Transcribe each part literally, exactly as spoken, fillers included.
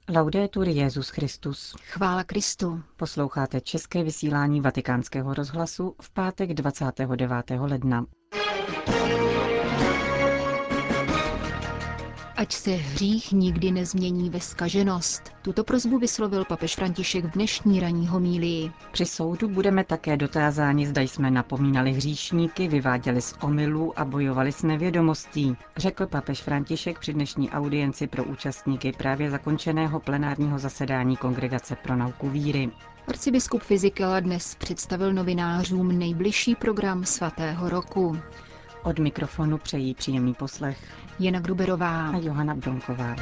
Laudetur Jesus Christus. Chvála Kristu. Posloucháte české vysílání Vatikánského rozhlasu v pátek dvacátého devátého ledna. Ať se hřích nikdy nezmění ve zkaženost. Tuto prosbu vyslovil papež František v dnešní ranní homílii. Při soudu budeme také dotázáni, zda jsme napomínali hříšníky, vyváděli z omylů a bojovali s nevědomostí, řekl papež František při dnešní audienci pro účastníky právě zakončeného plenárního zasedání Kongregace pro nauku víry. Arcibiskup Fisichella dnes představil novinářům nejbližší program svatého roku. Od mikrofonu přejí příjemný poslech Jana Gruberová a Johana Bronková.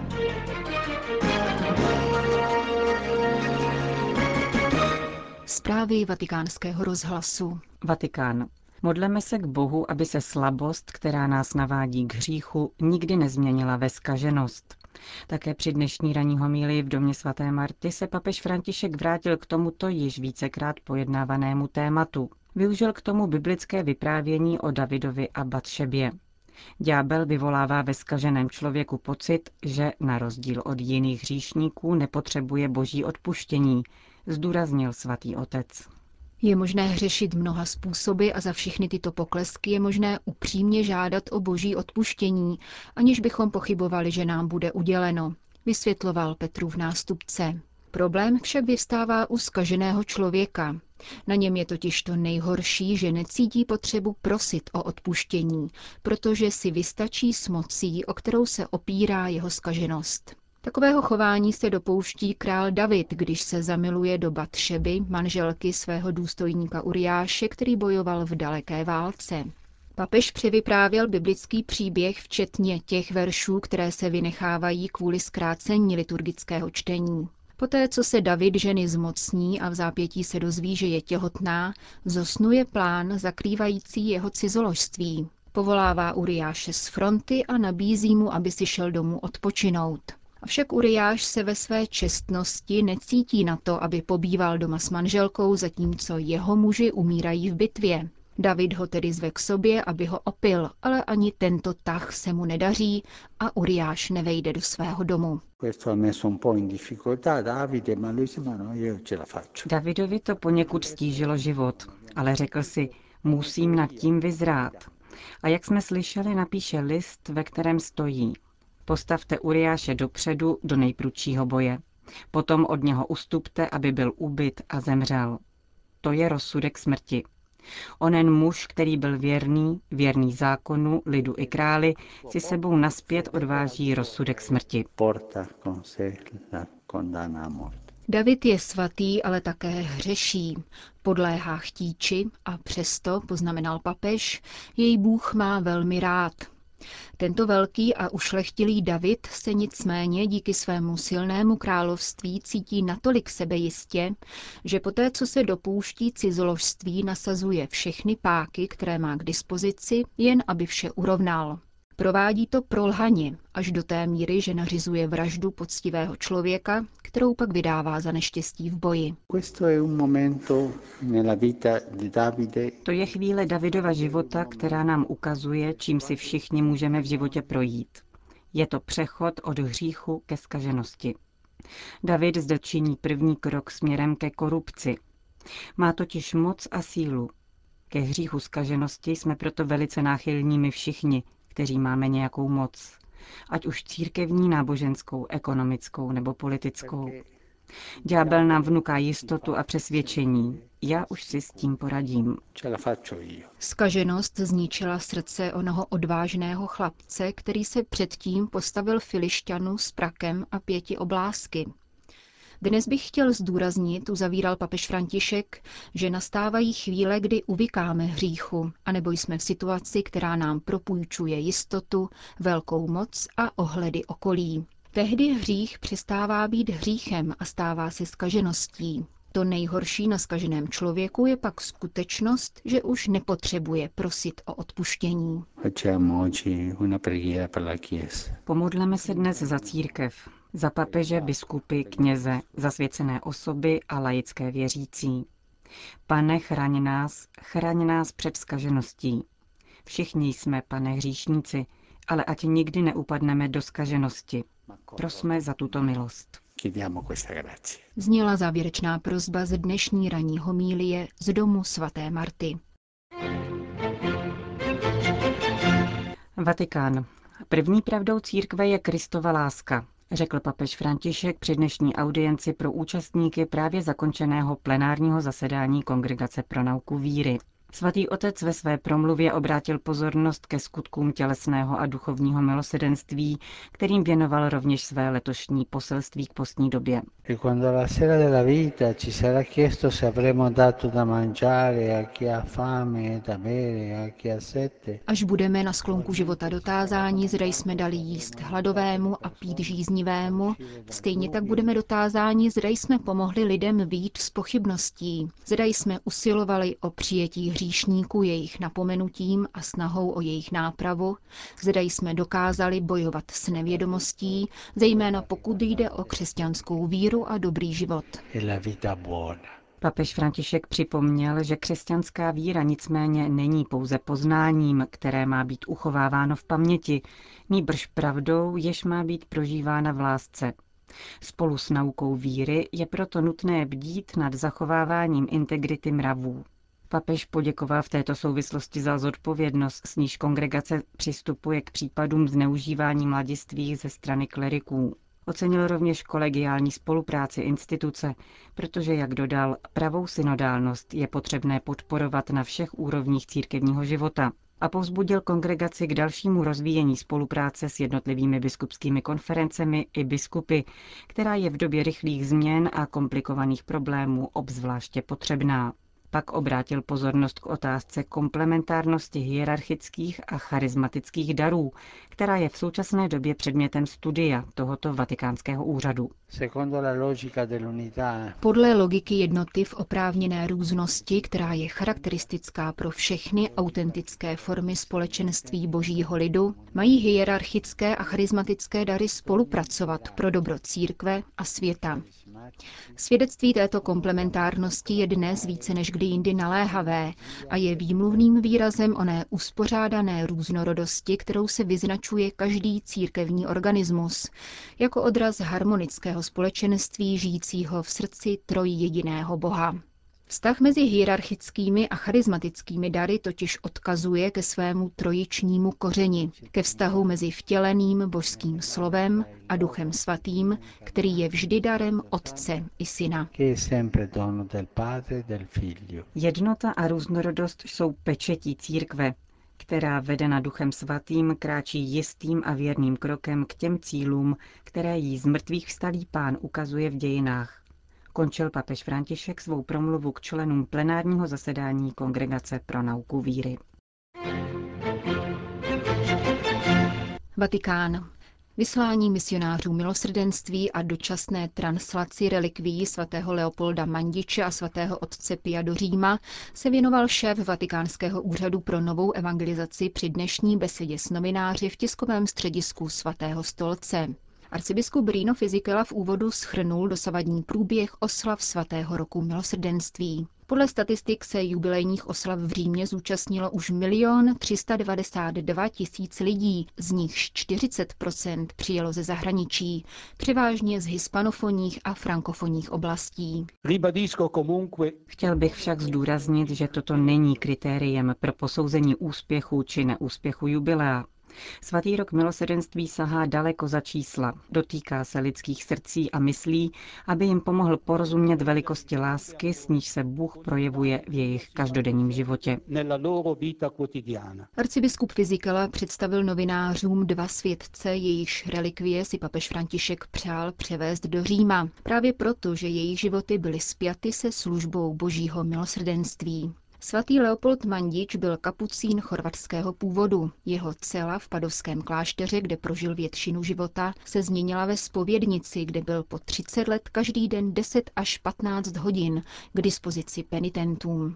Zprávy Vatikánského rozhlasu. Vatikán. Modleme se k Bohu, aby se slabost, která nás navádí k hříchu, nikdy nezměnila ve zkaženost. Také při dnešní ranní homílii v domě svaté Marty se papež František vrátil k tomuto již vícekrát pojednávanému tématu. Využil k tomu biblické vyprávění o Davidovi a Batšebě. Ďábel vyvolává ve zkaženém člověku pocit, že na rozdíl od jiných hříšníků nepotřebuje boží odpuštění, zdůraznil svatý otec. Je možné hřešit mnoha způsoby a za všechny tyto poklesky je možné upřímně žádat o boží odpuštění, aniž bychom pochybovali, že nám bude uděleno, vysvětloval Petrův nástupce. Problém však vyvstává u zkaženého člověka. Na něm je totiž to nejhorší, že necítí potřebu prosit o odpuštění, protože si vystačí s mocí, o kterou se opírá jeho zkaženost. Takového chování se dopouští král David, když se zamiluje do Batšeby, manželky svého důstojníka Uriáše, který bojoval v daleké válce. Papež převyprávěl biblický příběh včetně těch veršů, které se vynechávají kvůli zkrácení liturgického čtení. Poté, co se David ženy zmocní a v zápětí se dozví, že je těhotná, zosnuje plán zakrývající jeho cizoložství. Povolává Uriáše z fronty a nabízí mu, aby si šel domů odpočinout. Avšak Uriáš se ve své čestnosti necítí na to, aby pobýval doma s manželkou, zatímco jeho muži umírají v bitvě. David ho tedy zve k sobě, aby ho opil, ale ani tento tah se mu nedaří a Uriáš nevejde do svého domu. Davidovi to poněkud stížilo život, ale řekl si, musím nad tím vyzrát. A jak jsme slyšeli, napíše list, ve kterém stojí: Postavte Uriáše dopředu do nejprudšího boje. Potom od něho ustupte, aby byl ubyt a zemřel. To je rozsudek smrti. Onen muž, který byl věrný, věrný zákonu, lidu i králi, si sebou naspět odváží rozsudek smrti. David je svatý, ale také hřeší. Podléhá chtíči a přesto, poznamenal papež, jej Bůh má velmi rád. Tento velký a ušlechtilý David se nicméně díky svému silnému království cítí natolik sebejistě, že poté, co se dopouští cizoložství, nasazuje všechny páky, které má k dispozici, jen aby vše urovnal. Provádí to prolhaně, až do té míry, že nařizuje vraždu poctivého člověka, kterou pak vydává za neštěstí v boji. To je chvíle Davidova života, která nám ukazuje, čím si všichni můžeme v životě projít. Je to přechod od hříchu ke zkaženosti. David zde činí první krok směrem ke korupci. Má totiž moc a sílu. Ke hříchu zkaženosti jsme proto velice náchylní my všichni, kteří máme nějakou moc, ať už církevní, náboženskou, ekonomickou nebo politickou. Ďábel nám vnuká jistotu a přesvědčení. Já už si s tím poradím. Zkaženost zničila srdce onoho odvážného chlapce, který se předtím postavil Filišťanu s prakem a pěti oblásky. Dnes bych chtěl zdůraznit, uzavíral papež František, že nastávají chvíle, kdy uvykáme hříchu, anebo jsme v situaci, která nám propůjčuje jistotu, velkou moc a ohledy okolí. Tehdy hřích přestává být hříchem a stává se zkažeností. To nejhorší na zkaženém člověku je pak skutečnost, že už nepotřebuje prosit o odpuštění. Pomodleme se dnes za církev, za papeže, biskupy, kněze, zasvěcené osoby a laické věřící. Pane, chraň nás, chraň nás před zkažeností. Všichni jsme, Pane, hříšníci, ale ať nikdy neupadneme do zkaženosti. Prosme za tuto milost. Zněla závěrečná prosba z dnešní ranní homílie z domu svaté Marty. Vatikán. První pravdou církve je Kristova láska, řekl papež František při dnešní audienci pro účastníky právě zakončeného plenárního zasedání Kongregace pro nauku víry. Svatý otec ve své promluvě obrátil pozornost ke skutkům tělesného a duchovního milosrdenství, kterým věnoval rovněž své letošní poselství k postní době. Až budeme na sklonku života dotázáni, zda jsme dali jíst hladovému a pít žíznivému, stejně tak budeme dotázáni, zda jsme pomohli lidem vyjít z pochybností, zda jsme usilovali o přijetí hříšníků jejich napomenutím a snahou o jejich nápravu, zda jsme dokázali bojovat s nevědomostí, zejména pokud jde o křesťanskou víru a dobrý život. Papež František připomněl, že křesťanská víra nicméně není pouze poznáním, které má být uchováváno v paměti, nýbrž pravdou, jež má být prožívána v lásce. Spolu s naukou víry je proto nutné bdít nad zachováváním integrity mravů. Papež poděkoval v této souvislosti za zodpovědnost, s níž kongregace přistupuje k případům zneužívání mladistvých ze strany kleriků. Ocenil rovněž kolegiální spolupráci instituce, protože, jak dodal, pravou synodálnost je potřebné podporovat na všech úrovních církevního života a povzbudil kongregaci k dalšímu rozvíjení spolupráce s jednotlivými biskupskými konferencemi i biskupy, která je v době rychlých změn a komplikovaných problémů obzvláště potřebná. Pak obrátil pozornost k otázce komplementárnosti hierarchických a charismatických darů, která je v současné době předmětem studia tohoto vatikánského úřadu. Podle logiky jednoty v oprávněné různosti, která je charakteristická pro všechny autentické formy společenství božího lidu, mají hierarchické a charismatické dary spolupracovat pro dobro církve a světa. Svědectví této komplementárnosti je dnes více než kdy jindy naléhavé a je výmluvným výrazem oné uspořádané různorodosti, kterou se vyznačuje každý církevní organismus, jako odraz harmonického společenství žijícího v srdci trojjediného Boha. Vztah mezi hierarchickými a charismatickými dary totiž odkazuje ke svému trojičnímu kořeni, ke vztahu mezi vtěleným božským slovem a Duchem svatým, který je vždy darem Otce i Syna. Jednota a různorodost jsou pečetí církve, která vedena Duchem svatým kráčí jistým a věrným krokem k těm cílům, které jí z mrtvých vstalý Pán ukazuje v dějinách. Končil papež František svou promluvu k členům plenárního zasedání Kongregace pro nauku víry. Vatikán. Vyslání misionářů milosrdenství a dočasné translaci relikvií svatého Leopolda Mandiče a svatého otce Pia do Říma se věnoval šéf Vatikánského úřadu pro novou evangelizaci při dnešní besedě s novináři v tiskovém středisku svatého stolce. Arcibiskup Rino Fisichella v úvodu shrnul dosavadní průběh oslav svatého roku milosrdenství. Podle statistik se jubilejních oslav v Římě zúčastnilo už milion třista devadesát dva tisíc lidí, z nichž čtyřicet procent přijelo ze zahraničí, převážně z hispanofonních a frankofonních oblastí. Chtěl bych však zdůraznit, že toto není kritériem pro posouzení úspěchu či neúspěchu jubilea. Svatý rok milosrdenství sahá daleko za čísla, dotýká se lidských srdcí a myslí, aby jim pomohl porozumět velikosti lásky, s níž se Bůh projevuje v jejich každodenním životě. Arcibiskup Fisichella představil novinářům dva světce, jejichž relikvie si papež František přál převést do Říma, právě proto, že jejich životy byly spjaty se službou božího milosrdenství. Svatý Leopold Mandič byl kapucín chorvatského původu. Jeho cela v padovském klášteře, kde prožil většinu života, se změnila ve zpovědnici, kde byl po třicet let každý den deset až patnáct hodin k dispozici penitentům.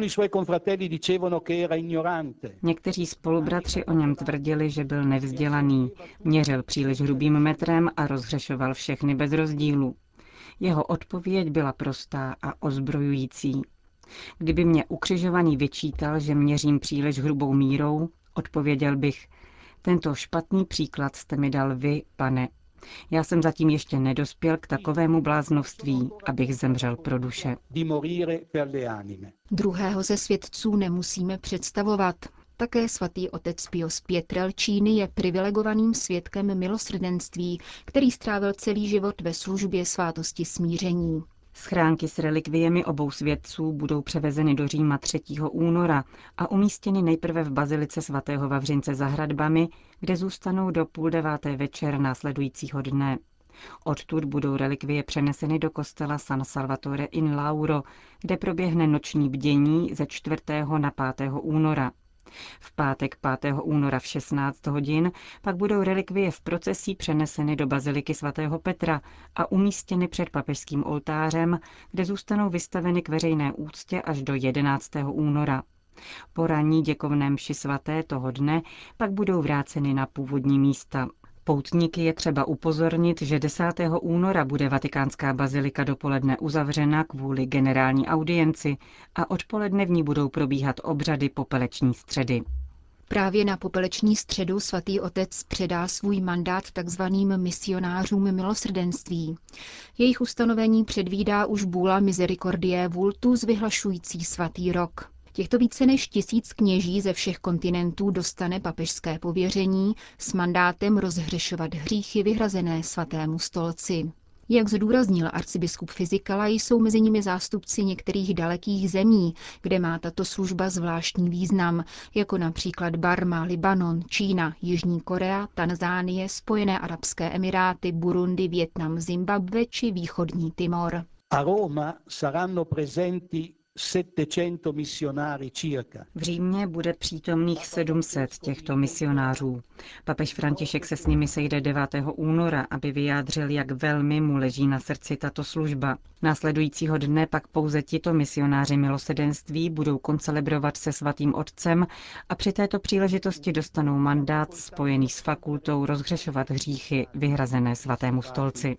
Někteří spolubratři o něm tvrdili, že byl nevzdělaný, měřil příliš hrubým metrem a rozhřešoval všechny bez rozdílu. Jeho odpověď byla prostá a ozbrojující. Kdyby mě ukřižovaný vyčítal, že měřím příliš hrubou mírou, odpověděl bych, tento špatný příklad jste mi dal vy, pane. Já jsem zatím ještě nedospěl k takovému bláznovství, abych zemřel pro duše. Druhého ze svědců nemusíme představovat. Také svatý otec Pius Pietrelcini je privilegovaným svědkem milosrdenství, který strávil celý život ve službě svátosti smíření. Schránky s relikviemi obou svědců budou převezeny do Říma třetího února a umístěny nejprve v bazilice svatého Vavřince za hradbami, kde zůstanou do půl deváté večer následujícího dne. Odtud budou relikvie přeneseny do kostela San Salvatore in Lauro, kde proběhne noční bdění ze čtvrtého na pátého února. V pátek pátého února v šestnáct hodin pak budou relikvie v procesí přeneseny do baziliky svatého Petra a umístěny před papežským oltářem, kde zůstanou vystaveny k veřejné úctě až do jedenáctého února. Po ranní děkovné mši svaté toho dne pak budou vráceny na původní místa. Poutníky je třeba upozornit, že desátého února bude vatikánská bazilika dopoledne uzavřena kvůli generální audienci a odpoledne v ní budou probíhat obřady popeleční středy. Právě na popeleční středu svatý otec předá svůj mandát takzvaným misionářům milosrdenství. Jejich ustanovení předvídá už bula Misericordiae Vultus vyhlašující svatý rok. Těchto více než tisíc kněží ze všech kontinentů dostane papežské pověření s mandátem rozhřešovat hříchy vyhrazené svatému stolci. Jak zdůraznil arcibiskup Fisichella, jsou mezi nimi zástupci některých dalekých zemí, kde má tato služba zvláštní význam, jako například Barma, Libanon, Čína, Jižní Korea, Tanzánie, Spojené arabské emiráty, Burundi, Vietnam, Zimbabwe či Východní Timor. A Roma saranno presenti settecento missionari circa. V Římě bude přítomných sedm set těchto misionářů. Papež František se s nimi sejde devátého února, aby vyjádřil, jak velmi mu leží na srdci tato služba. Následujícího dne pak pouze tito misionáři milosrdenství budou koncelebrovat se svatým otcem a při této příležitosti dostanou mandát spojený s fakultou rozhřešovat hříchy vyhrazené svatému stolci.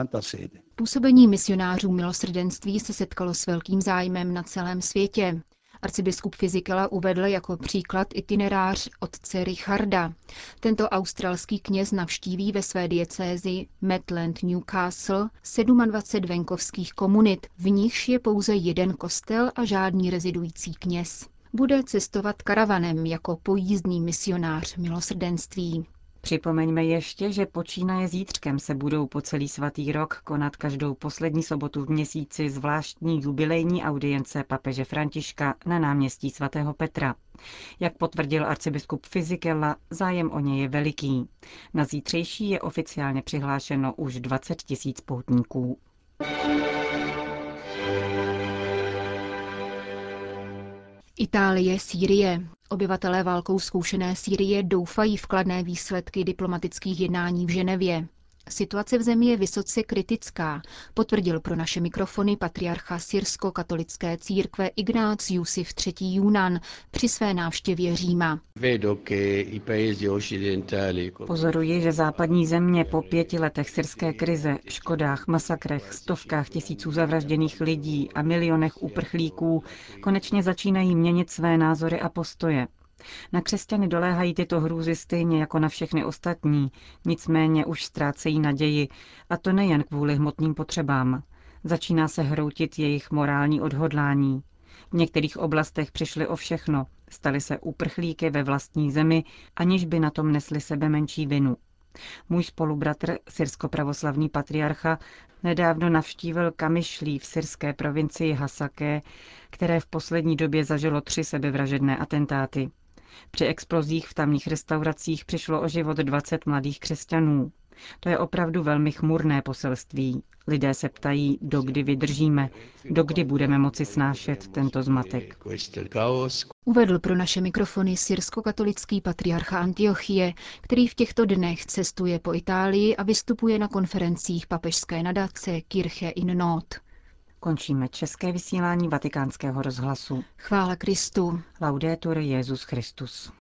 Působení misionářů milosrdenství se setkalo s velkým zájmem na celém světě. Arcibiskup Fisichella uvedl jako příklad itinerář otce Richarda. Tento australský kněz navštíví ve své diecézi Maitland Newcastle dvacet sedm venkovských komunit, v nichž je pouze jeden kostel a žádný rezidující kněz. Bude cestovat karavanem jako pojízdný misionář milosrdenství. Připomeňme ještě, že počínaje zítřkem se budou po celý svatý rok konat každou poslední sobotu v měsíci zvláštní jubilejní audience papeže Františka na náměstí svatého Petra. Jak potvrdil arcibiskup Fisichella, zájem o ně je veliký. Na zítřejší je oficiálně přihlášeno už dvacet tisíc poutníků. Itálie, Sýrie. Obyvatelé válkou zkoušené Sýrie doufají v kladné výsledky diplomatických jednání v Ženevě. Situace v zemi je vysoce kritická, potvrdil pro naše mikrofony patriarcha syrsko-katolické církve Ignácius třetí. Junan při své návštěvě Říma. Pozoruji, že západní země po pěti letech syrské krize, škodách, masakrech, stovkách tisíců zavražděných lidí a milionech uprchlíků konečně začínají měnit své názory a postoje. Na křesťany doléhají tyto hrůzy stejně jako na všechny ostatní, nicméně už ztrácejí naději, a to nejen kvůli hmotným potřebám. Začíná se hroutit jejich morální odhodlání. V některých oblastech přišli o všechno, stali se uprchlíky ve vlastní zemi, aniž by na tom nesli sebe menší vinu. Můj spolubratr, syrsko-pravoslavný patriarcha, nedávno navštívil Kamišlí v syrské provincii Hasaké, které v poslední době zažilo tři sebevražedné atentáty. Při explozích v tamních restauracích přišlo o život dvacet mladých křesťanů. To je opravdu velmi chmurné poselství. Lidé se ptají, dokdy vydržíme, dokdy budeme moci snášet tento zmatek. Uvedl pro naše mikrofony syrsko-katolický patriarcha Antiochie, který v těchto dnech cestuje po Itálii a vystupuje na konferencích papežské nadace Kirche in Not. Končíme české vysílání Vatikánského rozhlasu. Chvála Kristu. Laudetur Jesus Christus.